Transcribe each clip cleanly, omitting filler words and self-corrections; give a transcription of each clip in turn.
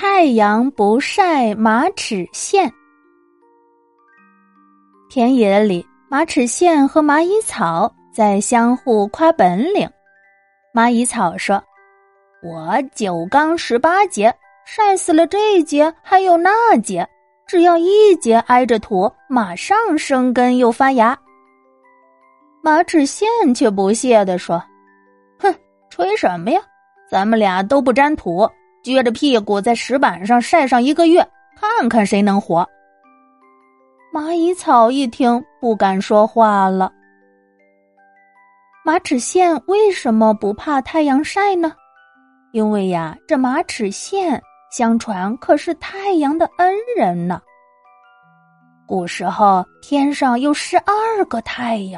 太阳不晒马齿苋。田野里，马齿苋和蚂蚁草在相互夸本领。蚂蚁草说：“我9缸18节，晒死了这一节，还有那节，只要一节挨着土，马上生根又发芽。”马齿苋却不屑地说：“哼，吹什么呀？咱们俩都不沾土，撅着屁股在石板上晒上1个月，看看谁能活。”蚂蚁草一听，不敢说话了。马齿苋为什么不怕太阳晒呢？因为呀，这马齿苋相传可是太阳的恩人呢。古时候，天上有12个太阳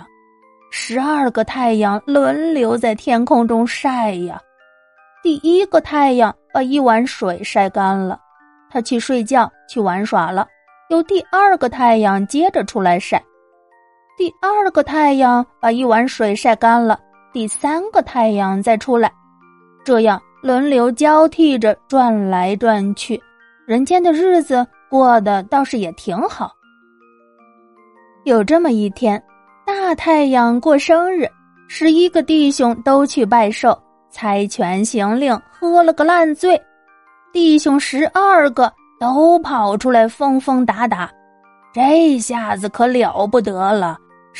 ，12个太阳轮流在天空中晒呀。第1个太阳把1碗水晒干了，他去睡觉去玩耍了，由第2个太阳接着出来晒。第2个太阳把1碗水晒干了，第3个太阳再出来，这样轮流交替着转来转去，人间的日子过得倒是也挺好。有这么一天，大太阳过生日，11个弟兄都去拜寿，猜拳行令，喝了个烂醉。弟兄12个都跑出来疯疯打打，这下子可了不得了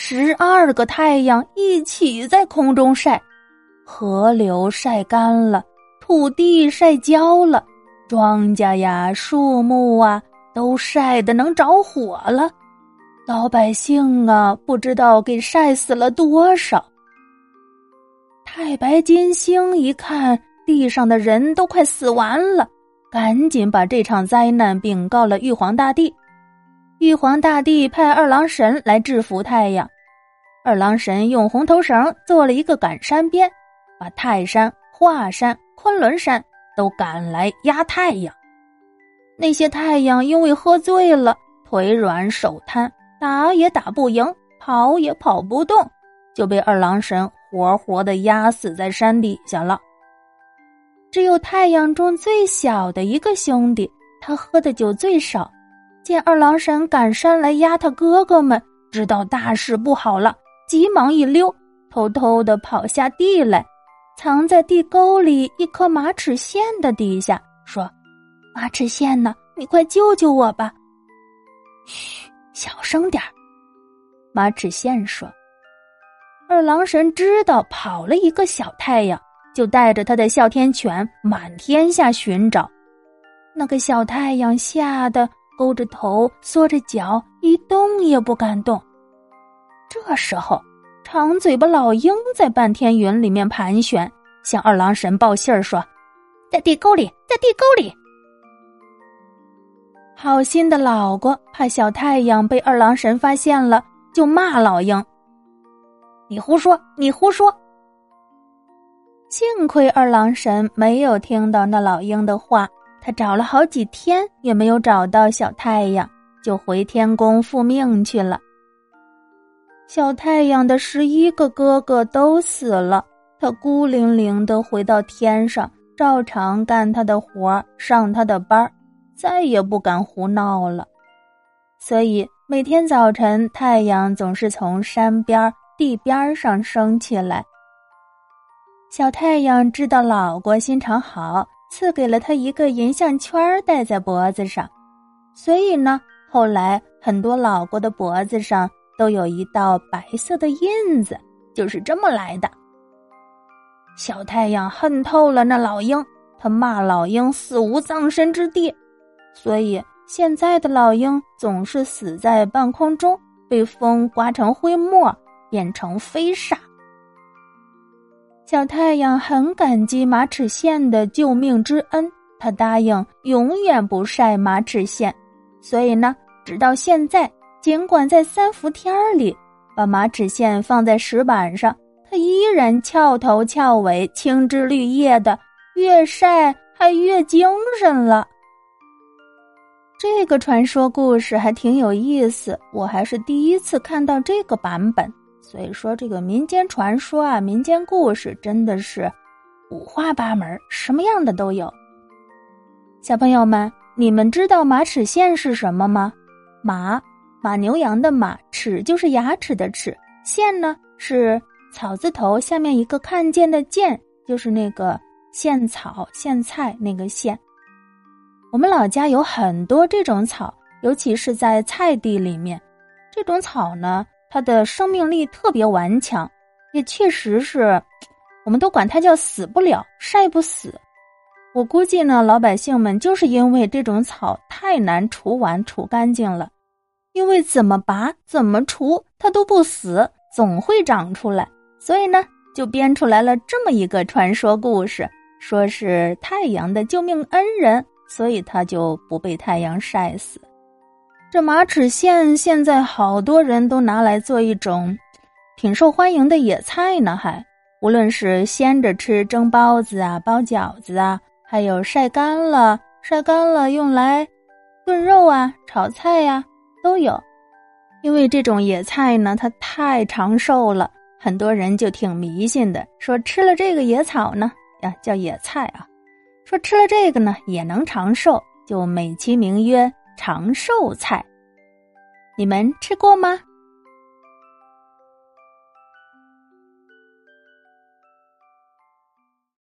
，12个太阳一起在空中晒，河流晒干了，土地晒焦了，庄稼呀树木啊都晒得能着火了，老百姓啊不知道给晒死了多少。太白金星一看地上的人都快死完了，赶紧把这场灾难禀告了玉皇大帝。玉皇大帝派二郎神来制服太阳。二郎神用红头绳做了一个赶山鞭，把泰山、华山、昆仑山都赶来压太阳。那些太阳因为喝醉了，腿软手瘫，打也打不赢，跑也跑不动，就被二郎神活活地压死在山底下了。只有太阳中最小的一个兄弟，他喝的酒最少，见二郎神赶山来压他哥哥们，知道大事不好了，急忙一溜，偷偷地跑下地来，藏在地沟里一棵马齿苋的底下，说：“马齿苋呢，你快救救我吧。”“嘘，小声点儿。”马齿苋说。二郎神知道跑了一个小太阳，就带着他的哮天犬满天下寻找。那个小太阳吓得勾着头缩着脚，一动也不敢动。这时候长嘴巴老鹰在半天云里面盘旋，向二郎神报信儿说：“在地沟里，在地沟里。”好心的老婆怕小太阳被二郎神发现了，就骂老鹰：“你胡说，你胡说！”幸亏二郎神没有听到那老鹰的话，他找了好几天也没有找到小太阳，就回天宫复命去了。小太阳的11个哥哥都死了，他孤零零地回到天上，照常干他的活，上他的班，再也不敢胡闹了。所以每天早晨，太阳总是从山边、地边上升起来。小太阳知道老婆心肠好，赐给了他一个银项圈戴在脖子上，所以呢，后来很多老婆的脖子上都有一道白色的印子，就是这么来的。小太阳恨透了那老鹰，他骂老鹰死无葬身之地，所以现在的老鹰总是死在半空中，被风刮成灰沫，变成飞沙。小太阳很感激马齿苋的救命之恩，他答应永远不晒马齿苋，所以呢，直到现在，尽管在3伏天里把马齿苋放在石板上，它依然翘头翘尾，青枝绿叶的，越晒还越精神了。这个传说故事还挺有意思，我还是第一次看到这个版本。所以说这个民间传说啊，民间故事真的是五花八门，什么样的都有。 小朋友们，你们知道马齿苋是什么吗？马牛羊的马，齿就是牙齿的齿，苋呢是草字头下面一个看见的见，就是那个苋草苋菜那个苋。我们老家有很多这种草，尤其是在菜地里面。这种草呢，它的生命力特别顽强，也确实是我们都管它叫死不了，晒不死。我估计呢，老百姓们就是因为这种草太难除完除干净了，因为怎么拔怎么除它都不死，总会长出来，所以呢就编出来了这么一个传说故事，说是太阳的救命恩人，所以它就不被太阳晒死。这马齿苋现在好多人都拿来做一种挺受欢迎的野菜呢，无论是鲜着吃蒸包子啊包饺子啊，还有晒干了用来炖肉啊炒菜啊都有。因为这种野菜呢它太长寿了，很多人就挺迷信的，说吃了这个野草呢叫野菜啊，说吃了这个呢也能长寿，就美其名曰长寿菜。你们吃过吗？